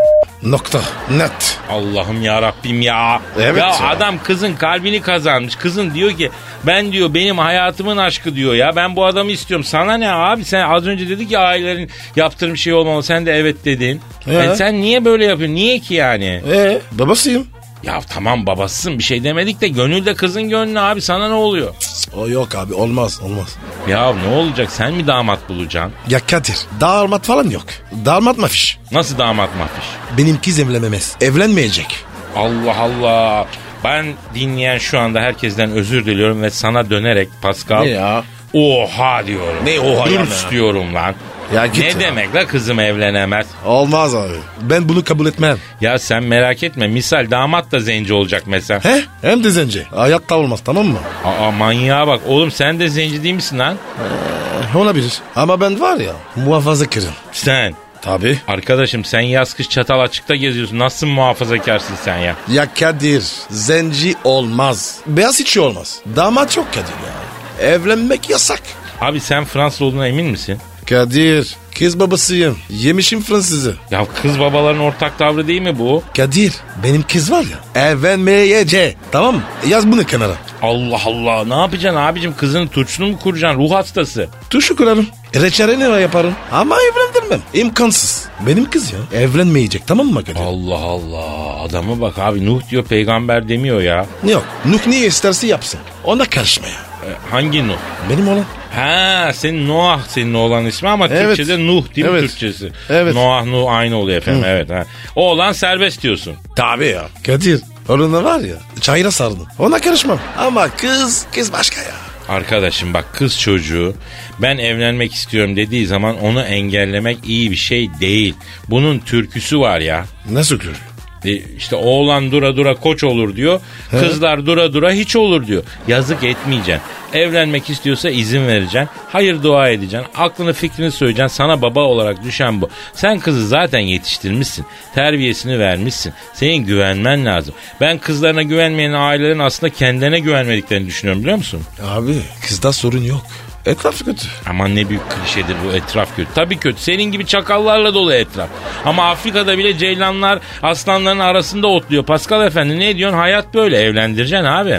Nokta. Net. Allah'ım ya Rabbim ya. Evet ya. ya. Adam kızın kalbini kazanmış. Kızın diyor ki ben diyor benim hayatımın aşkı diyor ya. Ben bu adamı istiyorum. Sana ne abi? Sen az önce dedi ki ailelerin yaptırım şey olmamalı. Sen de evet dedin. Sen niye böyle yapıyorsun? Niye ki yani? Babasıyım. Ya tamam babasısın bir şey demedik de gönül de kızın gönlü abi. Sana ne oluyor? O yok abi, olmaz. Ya ne olacak? Sen mi damat bulacaksın? Ya Kadir, damat falan yok. Damat mafiş. Nasıl damat mafiş? Benim kız evlenmemez. Evlenmeyecek. Allah Allah. Ben dinleyen şu anda herkesten özür diliyorum ve sana dönerek Pascal. Ne ya? Oha diyorum. Ne oha ya? Dürüst diyorum lan. Ya git ne ya. demek la kızım evlenemez? Olmaz abi. Ben bunu kabul etmem. Ya sen merak etme. Misal damat da zenci olacak mesela. Hem de zenci. Hayatta olmaz, tamam mı? Aa manyağa bak. Oğlum sen de zenci değil misin lan? Olabilir. Ama ben var ya, muhafazakarım. Sen. Tabii. Arkadaşım sen yaz kış çatal açıkta geziyorsun. Nasıl muhafazakarsın sen ya? Ya Kadir, zenci olmaz. Beyaz hiç olmaz. Damat çok Kadir ya. Evlenmek yasak. Abi sen Fransız olduğuna emin misin? Kadir, kız babasıyım. Yemişim Fransızı. Ya kız babaların ortak tavrı değil mi bu? Kadir, benim kız var ya, evlenmeyecek. Tamam mı? Yaz bunu kenara. Allah Allah, ne yapacaksın abicim, kızının turşunu mu kuracaksın, ruh hastası? Tuşu kurarım. Reçelini yaparım. Ama evlendirmem. İmkansız. Benim kız ya. Evlenmeyecek, tamam mı Kadir? Allah Allah, adama bak abi, Nuh diyor peygamber demiyor ya. Yok, Nuh niye isterse yapsın. Ona karışma ya. Hangi Nuh? Benim olan. Ha, senin Noah senin oğlan ismi ama Evet. Türkçe'de Nuh değil mi Evet. Türkçesi? Evet. Noah Nuh aynı oluyor efendim. Evet. Ha. Oğlan serbest diyorsun. Tabii ya. Kadir, onunla var ya, çayıra sardım. Ona karışmam. Ama kız başka ya. Arkadaşım bak, kız çocuğu ben evlenmek istiyorum dediği zaman onu engellemek iyi bir şey değil. Bunun türküsü var ya. Nasıl görüyor? İşte oğlan dura dura koç olur diyor. Kızlar dura dura hiç olur diyor. Yazık etmeyeceksin. Evlenmek istiyorsa izin vereceksin. Hayır dua edeceksin. Aklını fikrini söyleyeceksin. Sana baba olarak düşen bu. Sen kızı zaten yetiştirmişsin. Terbiyesini vermişsin. Senin güvenmen lazım. Ben kızlarına güvenmeyen ailelerin aslında kendilerine güvenmediklerini düşünüyorum, biliyor musun? Abi, kızda sorun yok. Etraf kötü. Aman ne büyük klişedir bu, etraf kötü. Tabii kötü. Senin gibi çakallarla dolu etraf. Ama Afrika'da bile ceylanlar aslanların arasında otluyor. Pascal Efendi ne diyorsun? Hayat böyle. Evlendireceksin abi.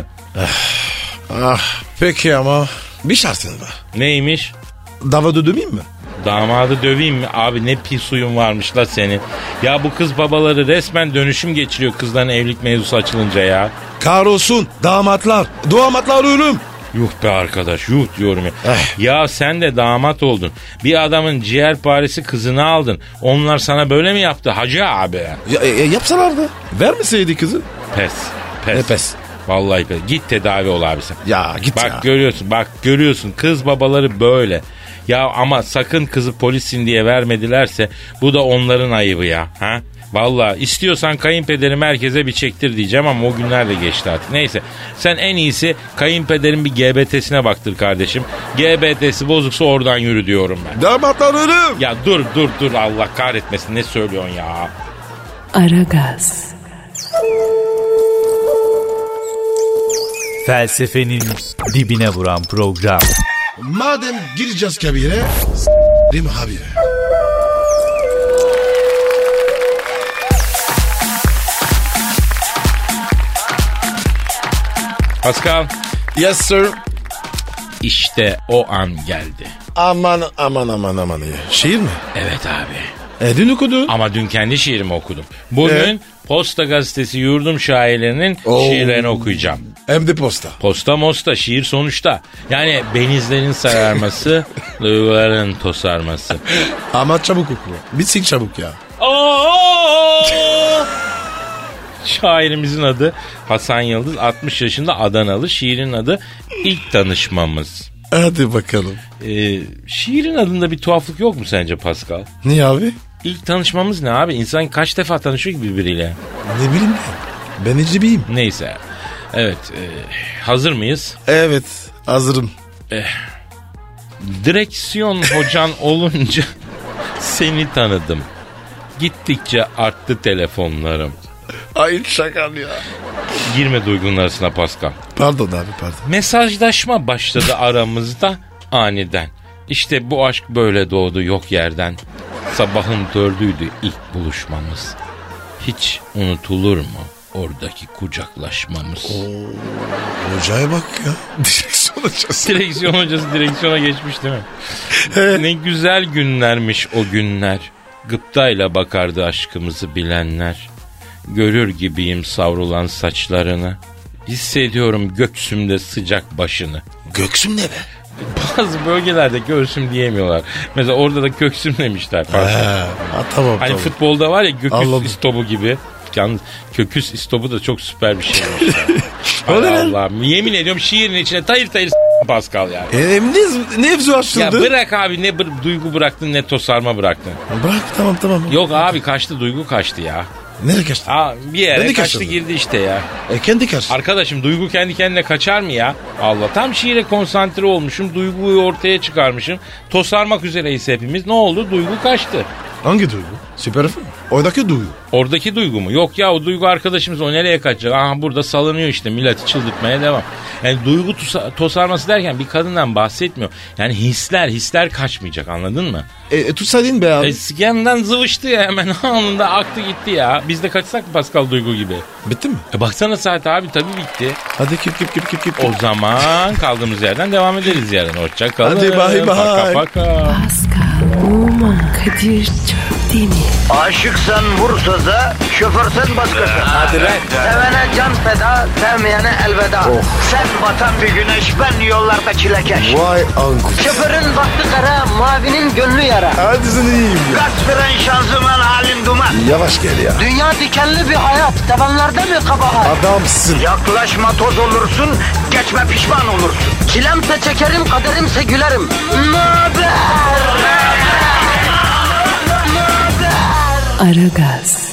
Peki ama bir şartın var. Neymiş? Davadı döveyim mi? Damadı döveyim mi? Abi ne pis suyun varmış la senin. Ya bu kız babaları resmen dönüşüm geçiriyor kızların evlilik mevzusu açılınca ya. Kahrolsun damatlar. Damatlar ölüm. Yuh be arkadaş, yuh diyorum ya. Ya sen de damat oldun. Bir adamın ciğerparesi kızını aldın. Onlar sana böyle mi yaptı hacı abi? Yapsalardı. Vermeseydi kızı. Pes. Pes. Vallahi pes. Git tedavi ol abi sen. Ya git Bak ya. görüyorsun kız babaları böyle. Ya ama sakın kızı polissin diye vermedilerse bu da onların ayıbı ya. Ha? Vallahi istiyorsan kayınpederi merkeze bir çektir diyeceğim ama o günler de geçti artık. Neyse, sen en iyisi kayınpederin bir GBT'sine baktır kardeşim. GBT'si bozuksa oradan yürü diyorum ben. Damatlar ölüm. Ya dur Allah kahretmesin, ne söylüyorsun ya? Aragaz, Felsefenin dibine vuran program. Madem gireceğiz kabire, değil mi abi? Pascal, Yes sir. işte o an geldi. Aman. Şiir mi? Evet abi. Dün okudu. Ama dün kendi şiirimi okudum. Bugün Posta Gazetesi Yurdum şairlerinin şiirlerini okuyacağım. Hem de posta. Posta mosta, şiir sonuçta. Yani benizlerin sararması, duyguların tosarması. Ama çabuk oku. Bitsin çabuk ya. Şairimizin adı Hasan Yıldız, 60 yaşında, Adanalı. Şiirin adı İlk Tanışmamız. Hadi bakalım. Şiirin adında bir tuhaflık yok mu sence Pascal? Niye abi? İlk tanışmamız ne abi? İnsan kaç defa tanışıyor ki birbiriyle? Ne bileyim ben necibiyim. Neyse. Evet. Hazır mıyız? Evet, hazırım. Direksiyon hocan olunca seni tanıdım. Gittikçe arttı telefonlarım. Ay şakam ya. Girme duygunun arasına Pascal. Pardon abi, pardon. Mesajlaşma başladı aramızda aniden. İşte bu aşk böyle doğdu yok yerden. Sabahın 4'üydü ilk buluşmamız. Hiç unutulur mu oradaki kucaklaşmamız? Hocaya bak ya. Direksiyon hocası. Direksiyon hocası direksiyona geçmiş değil mi? Ne güzel günlermiş o günler. Gıptayla bakardı aşkımızı bilenler. Görür gibiyim savrulan saçlarını. Hissediyorum göksümde sıcak başını. Göksüm ne be? Bazı bölgelerde göğsüm diyemiyorlar. Mesela orada da köksüm demişler. Tamam. Hani futbolda var ya göküs Anladım. istopu gibi. Yalnız köküs istopu da çok süper bir şeymiş. O ne lan? Allah'ım. Yemin ediyorum şiirin içine tayır tayır Pascal yani. Ne hepsi Ya açıldı? bırak abi ne duygu bıraktın ne tosarma bıraktın. Bırak tamam. Yok abi kaçtı duygu kaçtı ya. Nereye kaçtı? Bir yere Beni kaçtı kaçırdı. girdi işte ya. Kendi kaçtı. Arkadaşım duygu kendi kendine kaçar mı ya? Allah tam şiire konsantre olmuşum. Duyguyu ortaya çıkarmışım. Tosarmak üzereyiz hepimiz. Ne oldu? Duygu kaçtı. Hangi duygu? Süper F mi? Oradaki duygu. Oradaki duygu mu? Yok ya o duygu arkadaşımız o nereye kaçacak? Aha burada salınıyor işte milleti çıldırtmaya devam. Yani duygu tosarması derken bir kadından bahsetmiyor. Yani hisler kaçmayacak anladın mı? Tutsaydın be abi. Yanından zıvıştı ya hemen anında aktı gitti ya. Biz de kaçsak mı Pascal duygu gibi? Bitti mi? Baksana saat abi tabii bitti. Hadi kip. O zaman kaldığımız yerden devam ederiz yarın. Hoşça kalın. Hadi bye. Paka. Pascal, Oman, Kadir çok değil mi? Aşıksan vursa da, şoförsen başkasın. Hadi lan. Sevene can feda, sevmeyene elveda. Sen batan bir güneş, ben yollarda çilekeş. Vay anku. Şoförün baktı kara, mavinin gönlü yara. Hadi sen iyiyim ya. Kasperen şanzıman halin duman. Yavaş gel ya. Dünya dikenli bir hayat, sevenlerde mi kabahar? Adamsın. Yaklaşma toz olursun, geçme pişman olursun. Çilemse çekerim, kaderimse gülerim. Möber! Aragaz.